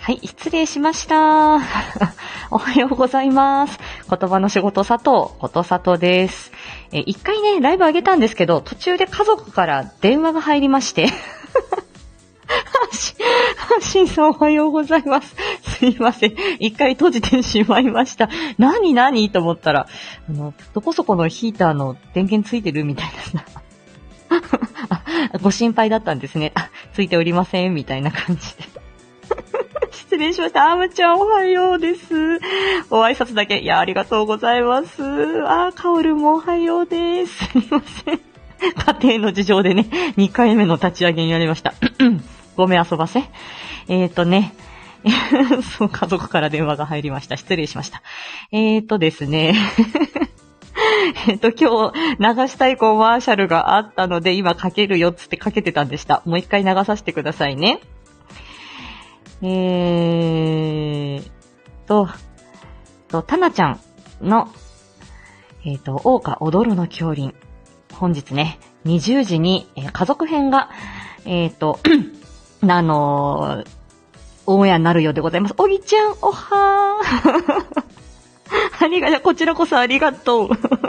はい、失礼しました。おはようございます。言葉の仕事佐藤、ことさとです。一回ね、ライブ上げたんですけど、途中で家族から電話が入りまして。しんさんおはようございます。すいません。一回閉じてしまいました。何と思ったら、どこそこのヒーターの電源ついてるみたいな。ご心配だったんですね。ついておりません。みたいな感じで。失礼しました。あむちゃんおはようです。お挨拶だけ。いや、ありがとうございます。かおるもおはようです。すいません。家庭の事情でね、2回目の立ち上げになりました。ごめん遊ばせ。そう、家族から電話が入りました。失礼しました。ですね。今日流したいコマーシャルがあったので、今かけるよっつってかけてたんでした。もう一回流させてくださいね。たなちゃんの、桜花踊るの狂輪。本日ね、20時に、家族編が、オンエアになるようでございます。おぎちゃん、おはー。こちらこそありがとう。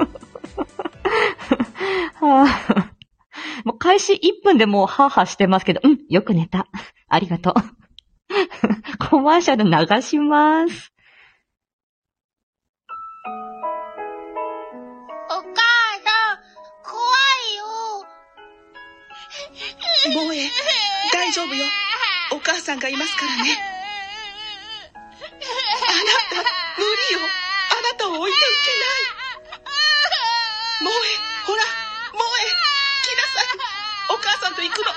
もう開始1分でもうハーハーしてますけど、よく寝た。ありがとう。コマーシャル流します。 お母さん、怖いよ。 萌え、大丈夫よ。お母さんがいますからね。あなた、無理よ。あなたを置いていけない。萌え、ほら、萌え、来なさい。お母さんと行くの。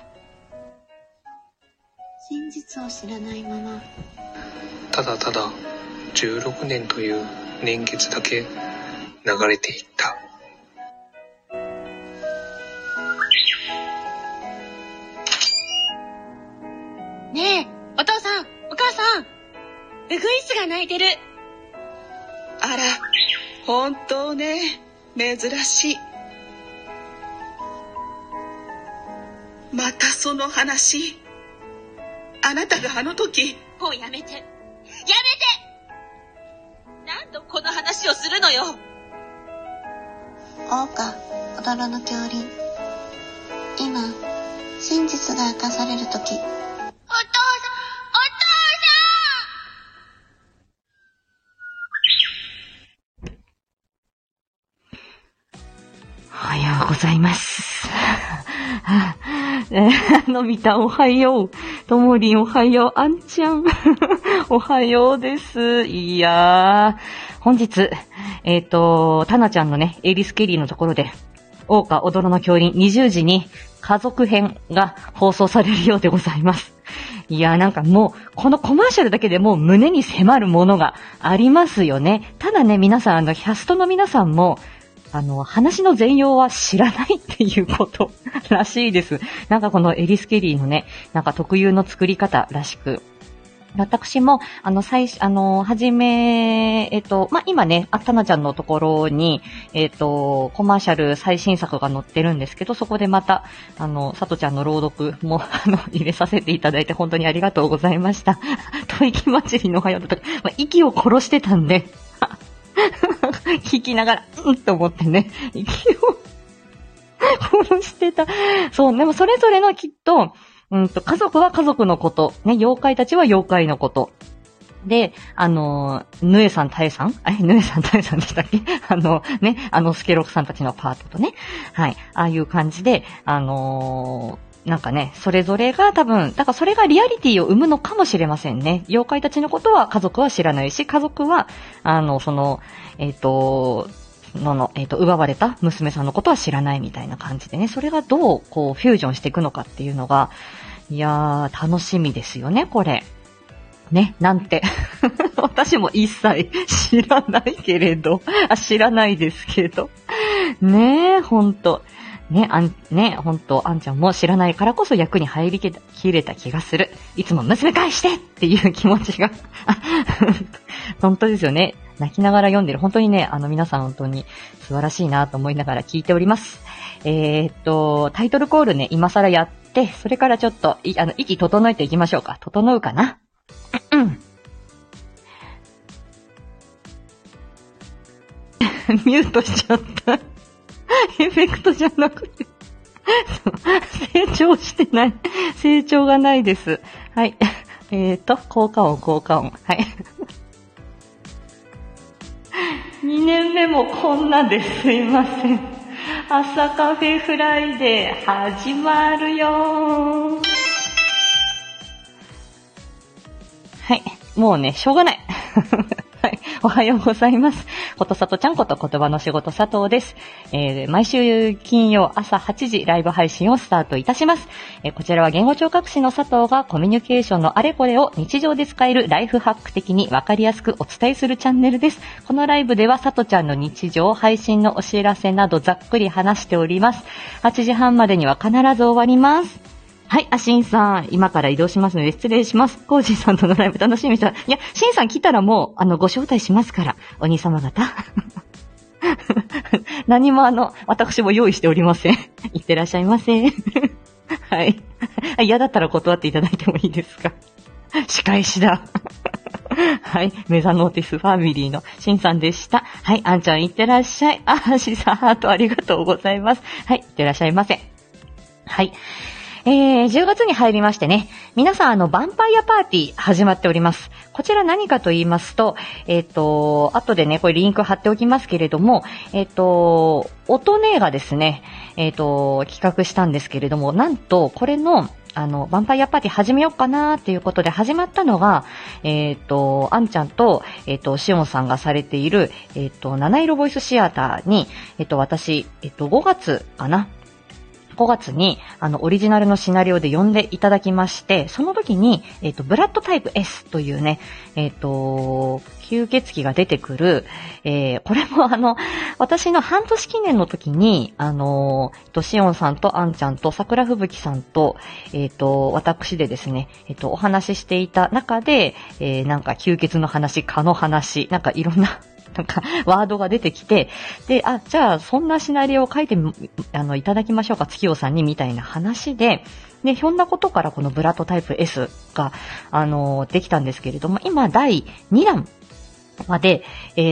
真実を知らないまま、 ただただ16年という年月だけ流れていった。 ねえ、お父さん、お母さん、ウグイスが鳴いてる。 あら、本当ね、珍しい。またその話。あなたがあの時。 もうやめて。やめて！何度この話をするのよ。 桜花踊るの狂輪。今、真実が明かされる時。 お父さん、 おはようございます。のび太おはよう。ともりんおはよう。あんちゃんおはようです。いやー、本日、たなちゃんのね、エリスケリーのところで、桜花踊るの狂輪20時に家族編が放送されるようでございます。いやーなんかもう、このコマーシャルだけでもう胸に迫るものがありますよね。ただね、皆さん、キャストの皆さんも、話の全容は知らないっていうことらしいです。なんかこのエリス・ケリーのね、なんか特有の作り方らしく。私も、はじめ、今ね、たなちゃんのところに、コマーシャル最新作が載ってるんですけど、そこでまた、さとちゃんの朗読も、入れさせていただいて本当にありがとうございました。吐息祭りのおはようだとか、息を殺してたんで、聞きながら、と思ってね、息を殺してた。そう、でもそれぞれのきっと、家族は家族のこと、ね、妖怪たちは妖怪のこと。で、ぬえさん、たえさんぬえさん、たえさんでしたっけスケロクさんたちのパートとね。はい。ああいう感じで、なんかね、それぞれが多分、だからそれがリアリティを生むのかもしれませんね。妖怪たちのことは家族は知らないし、家族は、奪われた娘さんのことは知らないみたいな感じでね、それがどう、こう、フュージョンしていくのかっていうのが、いやー、楽しみですよね、これ。ね、なんて。私も一切知らないけれど、知らないですけど。ねえ、ほんと。ほんと、あんちゃんも知らないからこそ役に入りきれた気がする。いつも娘返してっていう気持ちが。本当ですよね。泣きながら読んでる。本当にね、皆さん本当に素晴らしいなと思いながら聞いております。タイトルコールね、今更やって、それからちょっと、息整えていきましょうか。整うかなミュートしちゃった。エフェクトじゃなくて。成長してない。成長がないです。はい。効果音。はい。2年目もこんなですいません。朝カフェフライデー始まるよー。はい。もうね、しょうがない。はい。おはようございます。ことさとちゃんこと言葉の仕事佐藤です。毎週金曜朝8時ライブ配信をスタートいたします。こちらは言語聴覚士の佐藤がコミュニケーションのあれこれを日常で使えるライフハック的にわかりやすくお伝えするチャンネルです。このライブでは佐藤ちゃんの日常配信のお知らせなどざっくり話しております。8時半までには必ず終わります。はい、しんさん、今から移動しますので失礼します。コージーさんとのライブ楽しみにした。いや、しんさん来たらもう、ご招待しますから、お兄様方。何も私も用意しておりません。いってらっしゃいませ。はい。嫌だったら断っていただいてもいいですか。仕返しだ。はい。メザノーティスファミリーのしんさんでした。はい。あんちゃんいってらっしゃい。しさハートありがとうございます。はい。いってらっしゃいませ。はい。10月に入りましてね、皆さんヴァンパイアパーティー始まっております。こちら何かと言いますと、後でね、これリンク貼っておきますけれども、音ねがですね、企画したんですけれども、なんと、これの、ヴァンパイアパーティー始めようかなーっていうことで始まったのが、あんちゃんと、しおんさんがされている、七色ボイスシアターに、私、5月かな。5月に、オリジナルのシナリオで呼んでいただきまして、その時に、ブラッドタイプ S というね、吸血鬼が出てくる、これも私の半年記念の時に、しおんさんとあんちゃんと桜吹雪さんと、私でですね、お話ししていた中で、なんか吸血の話、蚊の話、なんかいろんな、ワードが出てきて、で、じゃあ、そんなシナリオを書いていただきましょうか、月夜さんに、みたいな話で、で、ひょんなことからこのブラッドタイプ S が、できたんですけれども、今、第2弾まで、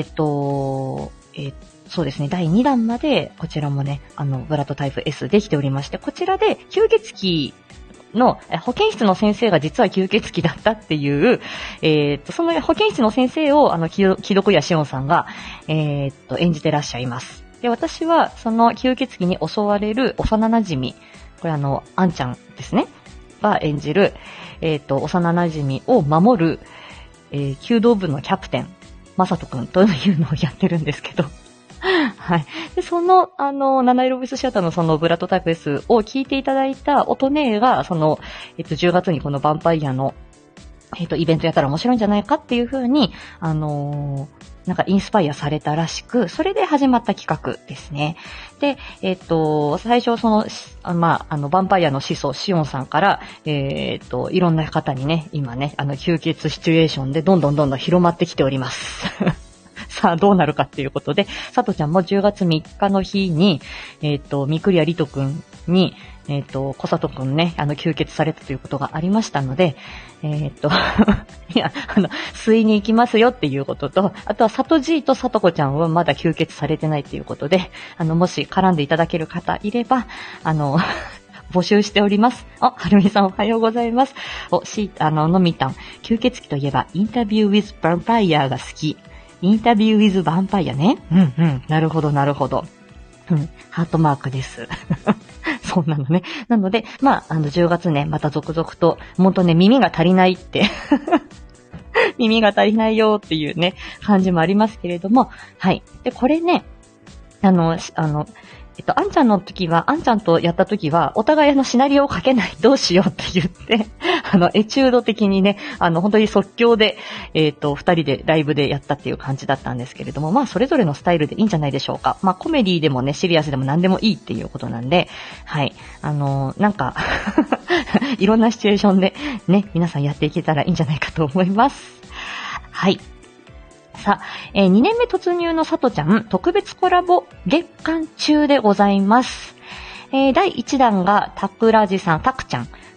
そうですね、第2弾まで、こちらもね、ブラッドタイプ S できておりまして、こちらで、吸血鬼の保健室の先生が実は吸血鬼だったっていう、その保健室の先生を木戸谷しおんさんが、演じてらっしゃいます。で、私はその吸血鬼に襲われる幼馴染、これあんちゃんですね、が演じる、幼馴染を守る、弓道部のキャプテン、まさとくんというのをやってるんですけど、はい。で、七色ボイスシアターのそのブラッドタイプ S を聞いていただいた音ねが、10月にこのヴァンパイアの、イベントやったら面白いんじゃないかっていう風に、なんかインスパイアされたらしく、それで始まった企画ですね。で、最初ヴァンパイアの始祖、シオンさんから、いろんな方にね、今ね、吸血シチュエーションでどんどん広まってきております。さあ、どうなるかっていうことで、さとちゃんも10月3日の日に、みくりやりとくんに、こさとくんね、吸血されたということがありましたので、いや、吸いに行きますよっていうことと、あとはさとじいとさとこちゃんはまだ吸血されてないっていうことで、もし絡んでいただける方いれば、募集しております。はるみさんおはようございます。のみたん、吸血鬼といえば、インタビュー with ヴァンパイアが好き。インタビュー with ヴァンパイアね。なるほど。ハートマークです。そうなのね。なので、10月ね、また続々と、ほんとね、耳が足りないって、耳が足りないよっていうね、感じもありますけれども、はい。で、これね、あんちゃんの時は、あんちゃんとやった時は、お互いシナリオを書けない、どうしようって言って、エチュード的にね、本当に即興で、二人でライブでやったっていう感じだったんですけれども、それぞれのスタイルでいいんじゃないでしょうか。コメディでもね、シリアスでも何でもいいっていうことなんで、はい。なんか、いろんなシチュエーションで、ね、皆さんやっていけたらいいんじゃないかと思います。はい。さあ、2年目突入のさとちゃん特別コラボ月間中でございます。第1弾がたくらじさん、たくちゃん。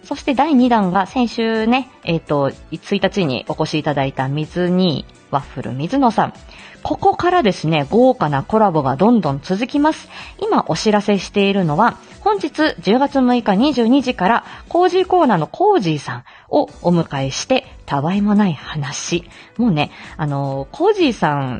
そして第2弾が先週ね、1日にお越しいただいた水にワッフル水野さん。ここからですね、豪華なコラボがどんどん続きます。今お知らせしているのは、本日10月6日22時からコージーコーナーのコージーさんをお迎えして、たわいもない話。もうね、コージーさん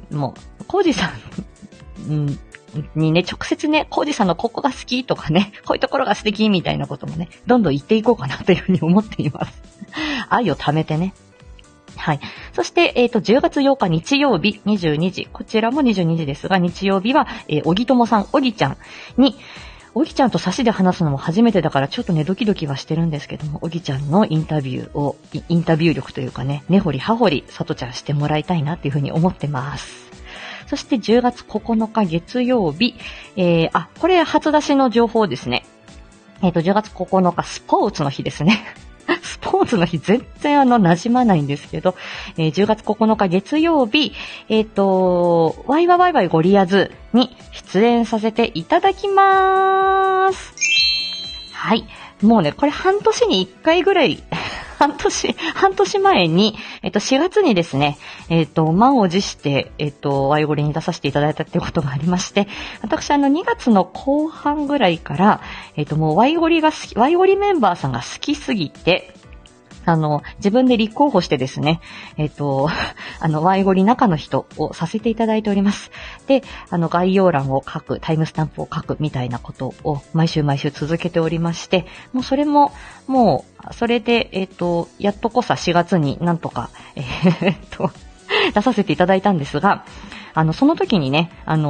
にね、直接ね、コージさんのここが好きとかね、こういうところが素敵みたいなこともね、どんどん言っていこうかなというふうに思っています。愛を貯めてね。はい。そして、10月8日日曜日22時、こちらも22時ですが、日曜日は、おぎともさん、おぎちゃんに、おぎちゃんと差しで話すのも初めてだからちょっとね、ドキドキはしてるんですけども、おぎちゃんのインタビュー力というかね、根掘り葉掘り、さとちゃんしてもらいたいなっていうふうに思ってます。そして10月9日月曜日、これ初出しの情報ですね。10月9日スポーツの日ですね。スポーツの日全然馴染まないんですけど、10月9日月曜日、ワイワワイワイゴリアズに出演させていただきます。はい。もうね、これ半年に1回ぐらい、半年前に、4月にですね、満を持して、ワイゴリに出させていただいたっていうことがありまして、私2月の後半ぐらいから、もうワイゴリメンバーさんが好きすぎて、自分で立候補してですね、ワイゴリ中の人をさせていただいております。で、概要欄を書く、タイムスタンプを書くみたいなことを毎週続けておりまして、もうそれも、それで、やっとこさ4月になんとか、出させていただいたんですが、その時にね、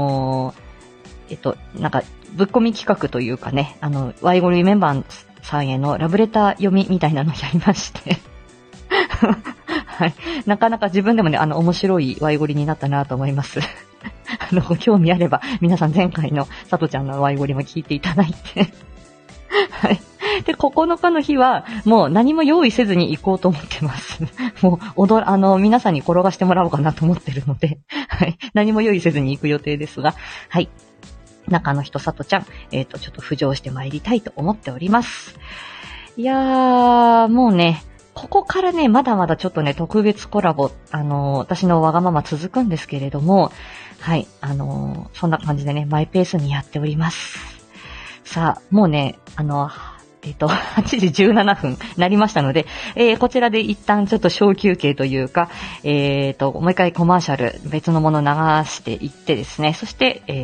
なんか、ぶっ込み企画というかね、ワイゴリメンバーさんへのラブレター読みみたいなのをやりまして、はい。なかなか自分でもね、面白いワイゴリになったなと思います。ご興味あれば、皆さん前回のさとちゃんのワイゴリも聞いていただいて、はい。で、9日の日は、もう何も用意せずに行こうと思ってます。もう、皆さんに転がしてもらおうかなと思ってるので、はい。何も用意せずに行く予定ですが、はい。中の人さとちゃん、ちょっと浮上して参りたいと思っております。いやー、もうね、ここからね、まだまだちょっとね、特別コラボ、私のわがまま続くんですけれども、はい、そんな感じでね、マイペースにやっております。さあ、もうね、8時17分なりましたので、こちらで一旦ちょっと小休憩というか、もう一回コマーシャル別のもの流していってですね、そして、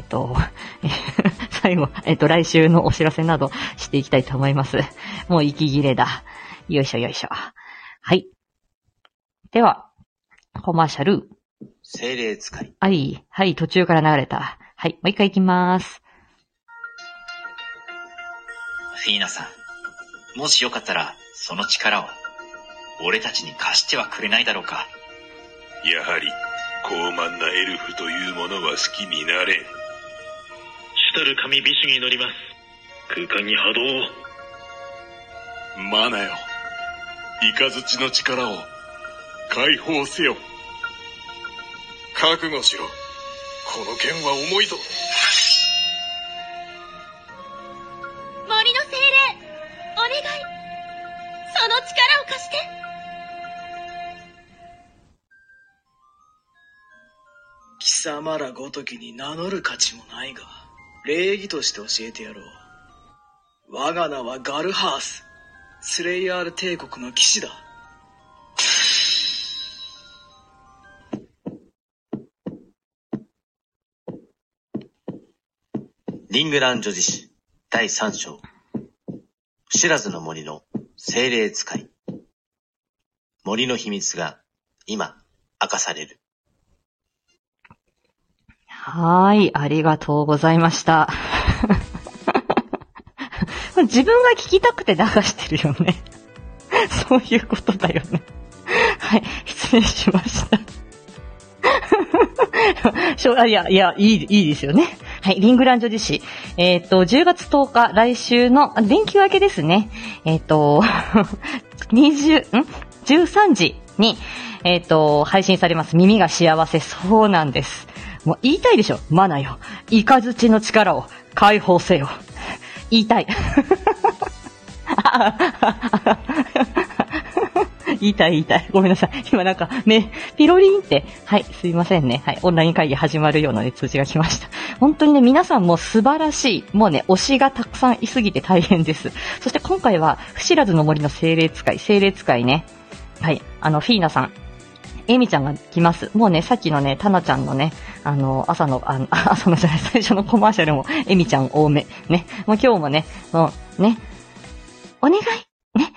最後、来週のお知らせなどしていきたいと思います。もう息切れだ。よいしょよいしょ。はい。では、コマーシャル。 精霊使い。 はい、途中から流れた。はい、もう一回行きます。 フィーナさん、もしよかったら、その力を、俺たちに貸してはくれないだろうか。 やはり、高慢なエルフというものは好きになれん。 主たる神ビシュに乗ります。空間に波動を。 マナよ。雷の力を、解放せよ。覚悟しろ。この剣は重いぞ。 森の精霊、お願い。その力を貸して。 貴様らごときに名乗る価値もないが、礼儀として教えてやろう。我が名はガルハース、スレイヤール帝国の騎士だ。 リングラン女子史第3章、知らずの森の精霊使い。森の秘密が今明かされる。 はい、ありがとうございました。自分が聞きたくて流してるよね。そういうことだよね。はい、失礼しました。いや、いいですよね。はい、リングラン女子史。10月10日、来週の、連休明けですね。13時に、配信されます。耳が幸せ。そうなんです。もう言いたいでしょ。マナよ。イカズチの力を解放せよ。言いたい。 言いたい。ごめんなさい。今なんか、ピロリンって、はい、すいませんね。はい、オンライン会議始まるような、ね、通知が来ました。本当にね、皆さんも素晴らしい。もうね、推しがたくさんいすぎて大変です。そして今回は、不知らずの森の精霊使いね。はい、フィーナさん。エミちゃんが来ます。もうね、さっきのね、タナちゃんのね、朝のじゃない、最初のコマーシャルも、エミちゃん多め。ね。もう今日もね、もう、ね、お願いね。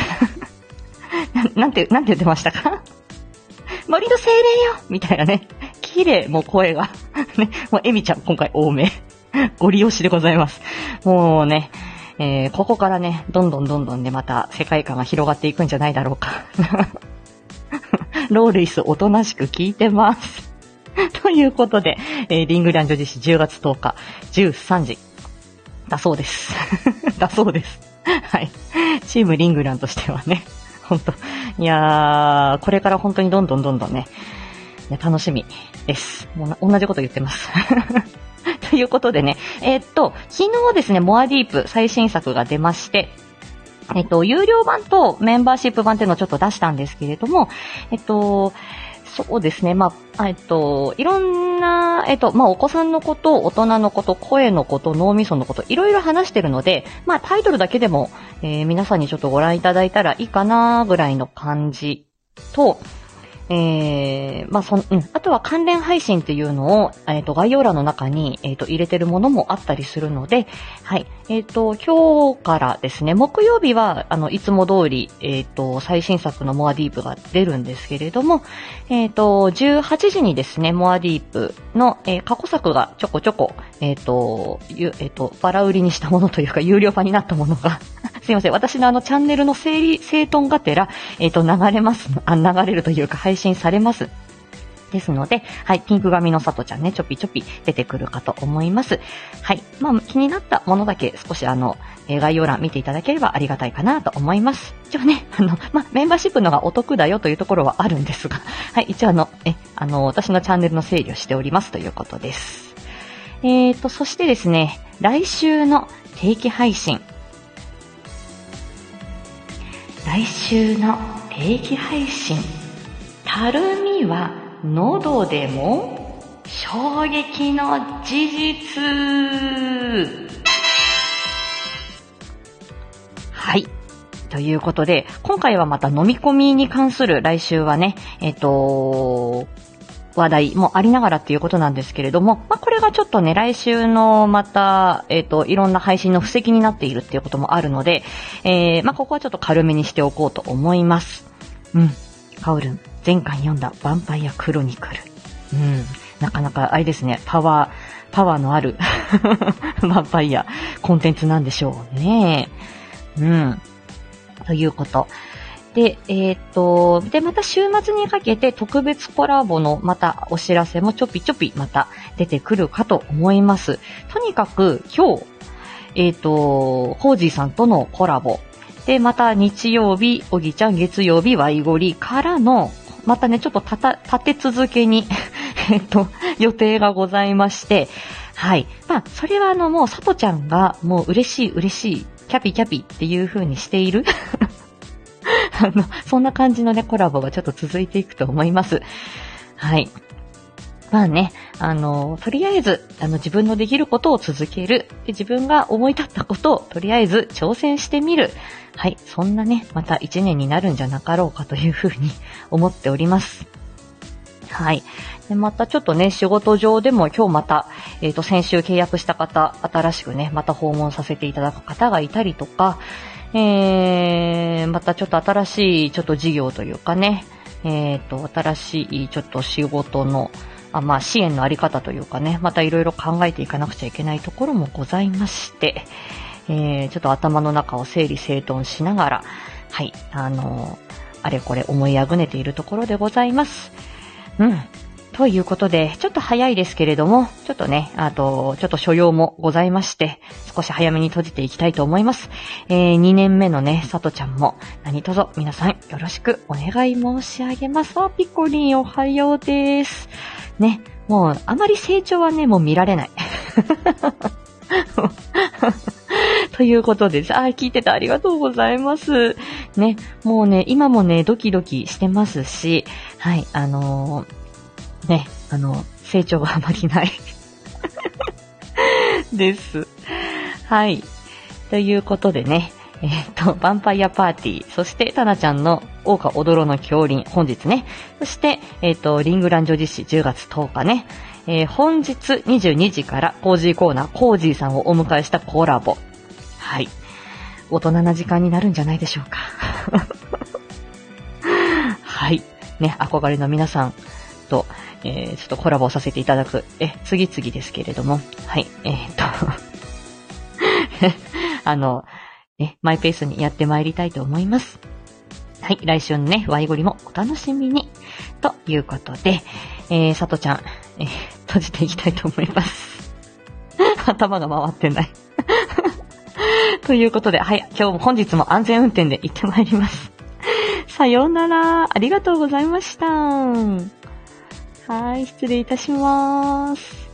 なんて言ってましたか？森の精霊よみたいなね。綺麗、もう声が。ね。もうエミちゃん今回多め。ご利用しでございます。もうね、ここからね、どんどんね、また世界観が広がっていくんじゃないだろうか。ローレイスおとなしく聞いてます。ということで、リングラン女子誌10月10日13時だそうです。だそうです。はい。チームリングランとしてはね、本当いやー、これから本当にどんどんね、楽しみです。もう同じこと言ってます。ということでね、昨日ですね、モアディープ最新作が出まして、有料版とメンバーシップ版っていうのをちょっと出したんですけれども、そうですね、いろんな、お子さんのこと、大人のこと、声のこと、脳みそのこと、いろいろ話してるので、タイトルだけでも、皆さんにちょっとご覧いただいたらいいかなぐらいの感じと、あとは関連配信っていうのを、概要欄の中に、入れてるものもあったりするので、はい。今日からですね、木曜日は、いつも通り、最新作のモアディープが出るんですけれども、18時にですね、モアディープの、過去作がちょこちょこ、バラ売りにしたものというか、有料版になったものが、すいません。私のチャンネルの整頓がてら、流れるというか配信されます。ですので、はい、ピンク髪のさとちゃんね、ちょぴ出てくるかと思います。はい。気になったものだけ少し概要欄見ていただければありがたいかなと思います。一応ね、メンバーシップのがお得だよというところはあるんですが、はい、一応私のチャンネルの整理をしておりますということです。そしてですね、来週の定期配信、たるみは喉でも衝撃の事実。はい。ということで、今回はまた飲み込みに関する来週はね、話題もありながらっていうことなんですけれども、これがちょっとね、来週のまた、いろんな配信の布石になっているっていうこともあるので、ここはちょっと軽めにしておこうと思います。カオルン、前回読んだヴァンパイアクロニクル。なかなかあれですね、パワーのあるヴァンパイアコンテンツなんでしょうね。ということ。で、また週末にかけて特別コラボのまたお知らせもちょぴまた出てくるかと思います。とにかく今日、コージーさんとのコラボ。で、また日曜日、おぎちゃん、月曜日、ワイゴリからの、またね、ちょっと立て続けに、予定がございまして、はい。それはもう、さとちゃんが、もう嬉しい、キャピっていう風にしている。そんな感じのね、コラボがちょっと続いていくと思います。はい。とりあえず、自分のできることを続ける。で、自分が思い立ったことを、とりあえず挑戦してみる。はい。そんなね、また1年になるんじゃなかろうかというふうに思っております。はい。で、またちょっとね、仕事上でも今日また、先週契約した方、新しくね、また訪問させていただく方がいたりとか、またちょっと新しいちょっと事業というかね、新しいちょっと仕事の、支援のあり方というかね、またいろいろ考えていかなくちゃいけないところもございまして、ちょっと頭の中を整理整頓しながら、はい、あれこれ思いあぐねているところでございます。ということで、ちょっと早いですけれども、ちょっとね、ちょっと所用もございまして、少し早めに閉じていきたいと思います。2年目のね、さとちゃんも、何卒皆さんよろしくお願い申し上げます。ピコリンおはようです。ね、もう、あまり成長はね、もう見られない。 ということです。聞いててありがとうございます。ね、もうね、今もね、ドキドキしてますし、はい、ね、成長があまりないです。はい。ということでね、ヴァンパイアパーティー、そして、タナちゃんの桜花踊ろの降臨、本日ね、そして、リングラン女子誌10月10日ね、本日22時からコージーコーナー、コージーさんをお迎えしたコラボ。はい。大人な時間になるんじゃないでしょうか。はい。ね、憧れの皆さんと、ちょっとコラボさせていただく、次々ですけれども、はい。マイペースにやってまいりたいと思います。はい。来週のね、ワイゴリもお楽しみに。ということで、さとちゃん、閉じていきたいと思います。頭が回ってない。ということで、はい。本日も安全運転で行ってまいります。さようなら。ありがとうございました。はい。失礼いたします。